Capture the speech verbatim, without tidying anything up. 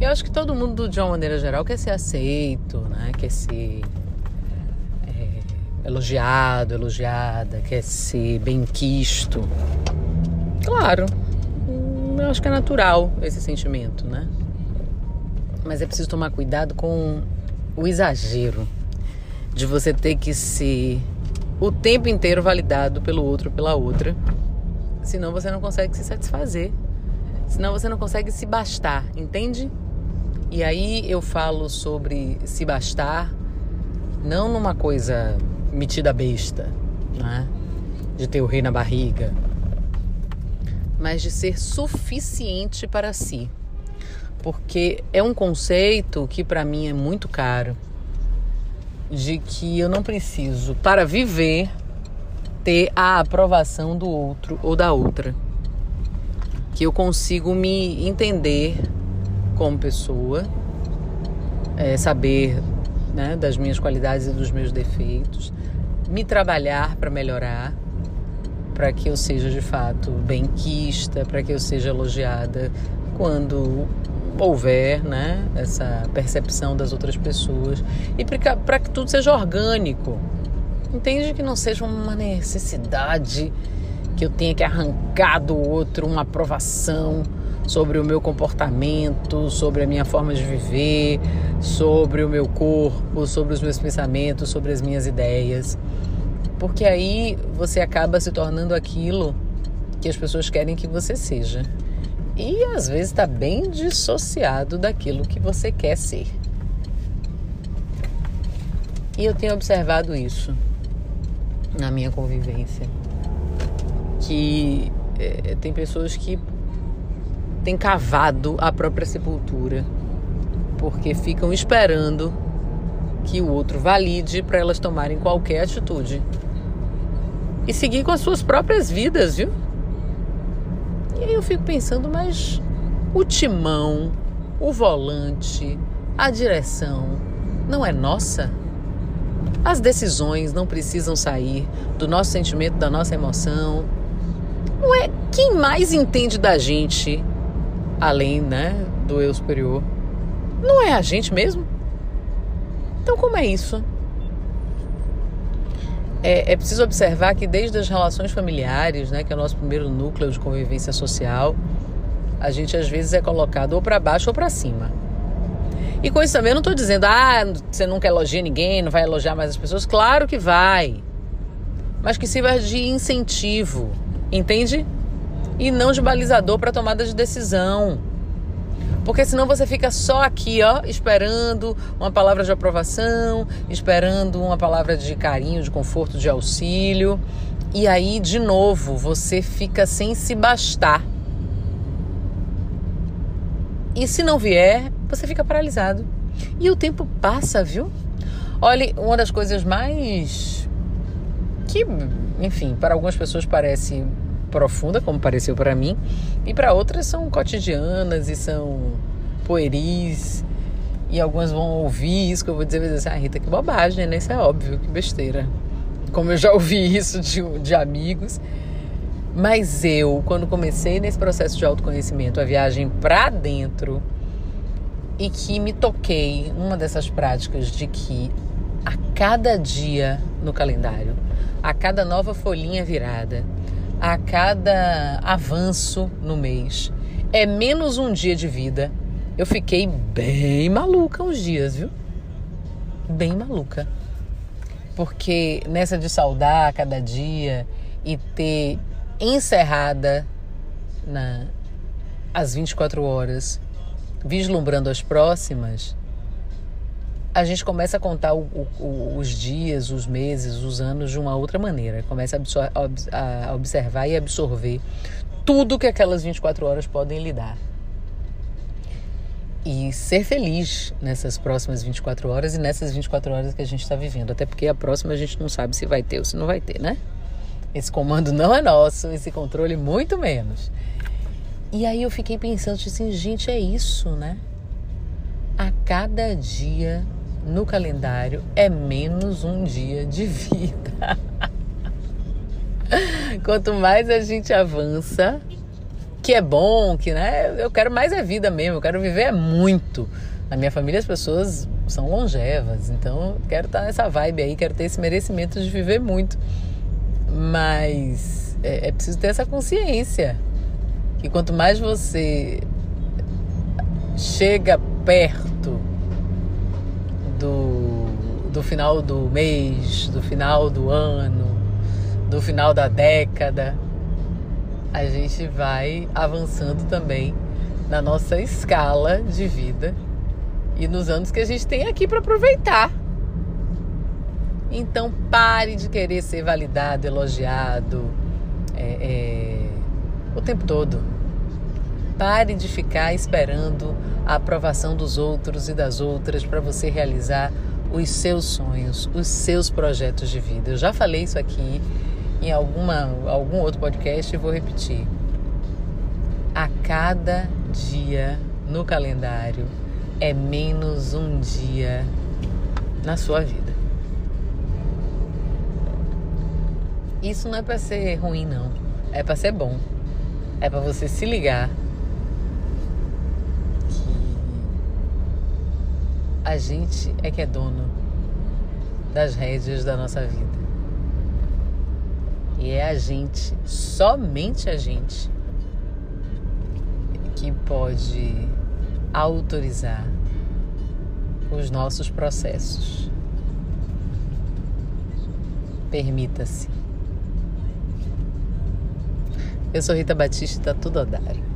Eu acho que todo mundo, de uma maneira geral, quer ser aceito, né? Quer ser é, elogiado, elogiada, quer ser benquisto. Claro, eu acho que é natural esse sentimento, né? Mas é preciso tomar cuidado com o exagero de você ter que ser o tempo inteiro validado pelo outro ou pela outra. Senão você não consegue se satisfazer. Senão você não consegue se bastar, entende? E aí eu falo sobre se bastar, não numa coisa metida besta, né? De ter o rei na barriga, mas de ser suficiente para si. Porque é um conceito que para mim é muito caro, de que eu não preciso, para viver, ter a aprovação do outro ou da outra. Que eu consigo me entender como pessoa, é, saber, né, das minhas qualidades e dos meus defeitos, me trabalhar para melhorar, para que eu seja de fato benquista, para que eu seja elogiada quando houver, né, essa percepção das outras pessoas, e para que tudo seja orgânico. Entende? Que não seja uma necessidade que eu tenha que arrancar do outro uma aprovação sobre o meu comportamento, sobre a minha forma de viver, sobre o meu corpo, sobre os meus pensamentos, sobre as minhas ideias. Porque aí você acaba se tornando aquilo que as pessoas querem que você seja. E às vezes está bem dissociado daquilo que você quer ser. E eu tenho observado isso na minha convivência. Que é, tem pessoas que têm cavado a própria sepultura porque ficam esperando que o outro valide para elas tomarem qualquer atitude e seguir com as suas próprias vidas, viu? E aí eu fico pensando, mas o timão, o volante, a direção não é nossa? As decisões não precisam sair do nosso sentimento, da nossa emoção. Não é quem mais entende da gente, além, né, do eu superior, não é a gente mesmo? Então como é isso? É, é preciso observar que desde as relações familiares, né, que é o nosso primeiro núcleo de convivência social, a gente às vezes é colocado ou para baixo ou para cima. E com isso também eu não estou dizendo, ah, você nunca elogia ninguém, não vai elogiar mais as pessoas. Claro que vai. Mas que sirva de incentivo, entende? E não de balizador para tomada de decisão. Porque senão você fica só aqui, ó, esperando uma palavra de aprovação, esperando uma palavra de carinho, de conforto, de auxílio. E aí, de novo, você fica sem se bastar. E se não vier, você fica paralisado. E o tempo passa, viu? Olha, uma das coisas mais que, enfim, para algumas pessoas parece profunda, como pareceu para mim, e para outras são cotidianas e são pueris, e algumas vão ouvir isso que eu vou dizer, vai dizer assim, ah, Rita, que bobagem, né? Isso é óbvio, que besteira. Como eu já ouvi isso de, de amigos. Mas eu, quando comecei nesse processo de autoconhecimento, a viagem para dentro, e que me toquei numa dessas práticas de que a cada dia no calendário, a cada nova folhinha virada, a cada avanço no mês, é menos um dia de vida. Eu fiquei bem maluca uns dias, viu? Bem maluca. Porque nessa de saudar a cada dia e ter encerrada na, as vinte e quatro horas, vislumbrando as próximas, a gente começa a contar o, o, os dias, os meses, os anos de uma outra maneira. Começa a, absor- a observar e absorver tudo que aquelas vinte e quatro horas podem lhe dar. E ser feliz nessas próximas vinte e quatro horas e nessas vinte e quatro horas que a gente está vivendo. Até porque a próxima a gente não sabe se vai ter ou se não vai ter, né? Esse comando não é nosso, esse controle muito menos. E aí eu fiquei pensando assim, gente, é isso, né? A cada dia no calendário é menos um dia de vida. Quanto mais a gente avança, que é bom, que, né? Eu quero mais é vida mesmo, eu quero viver muito. Na minha família as pessoas são longevas, então eu quero estar nessa vibe aí, quero ter esse merecimento de viver muito. Mas é, é preciso ter essa consciência que quanto mais você chega perto do, do final do mês, do final do ano, do final da década, a gente vai avançando também na nossa escala de vida e nos anos que a gente tem aqui para aproveitar. Então pare de querer ser validado, elogiado é, é, o tempo todo. Pare de ficar esperando a aprovação dos outros e das outras para você realizar os seus sonhos, os seus projetos de vida. Eu já falei isso aqui em alguma, algum outro podcast e vou repetir. A cada dia no calendário é menos um dia na sua vida. Isso não é para ser ruim, não. É para ser bom. É para você se ligar que a gente é que é dono das rédeas da nossa vida. E é a gente, somente a gente, que pode autorizar os nossos processos. Permita-se. Eu sou Rita Batista e tá tudo a dar.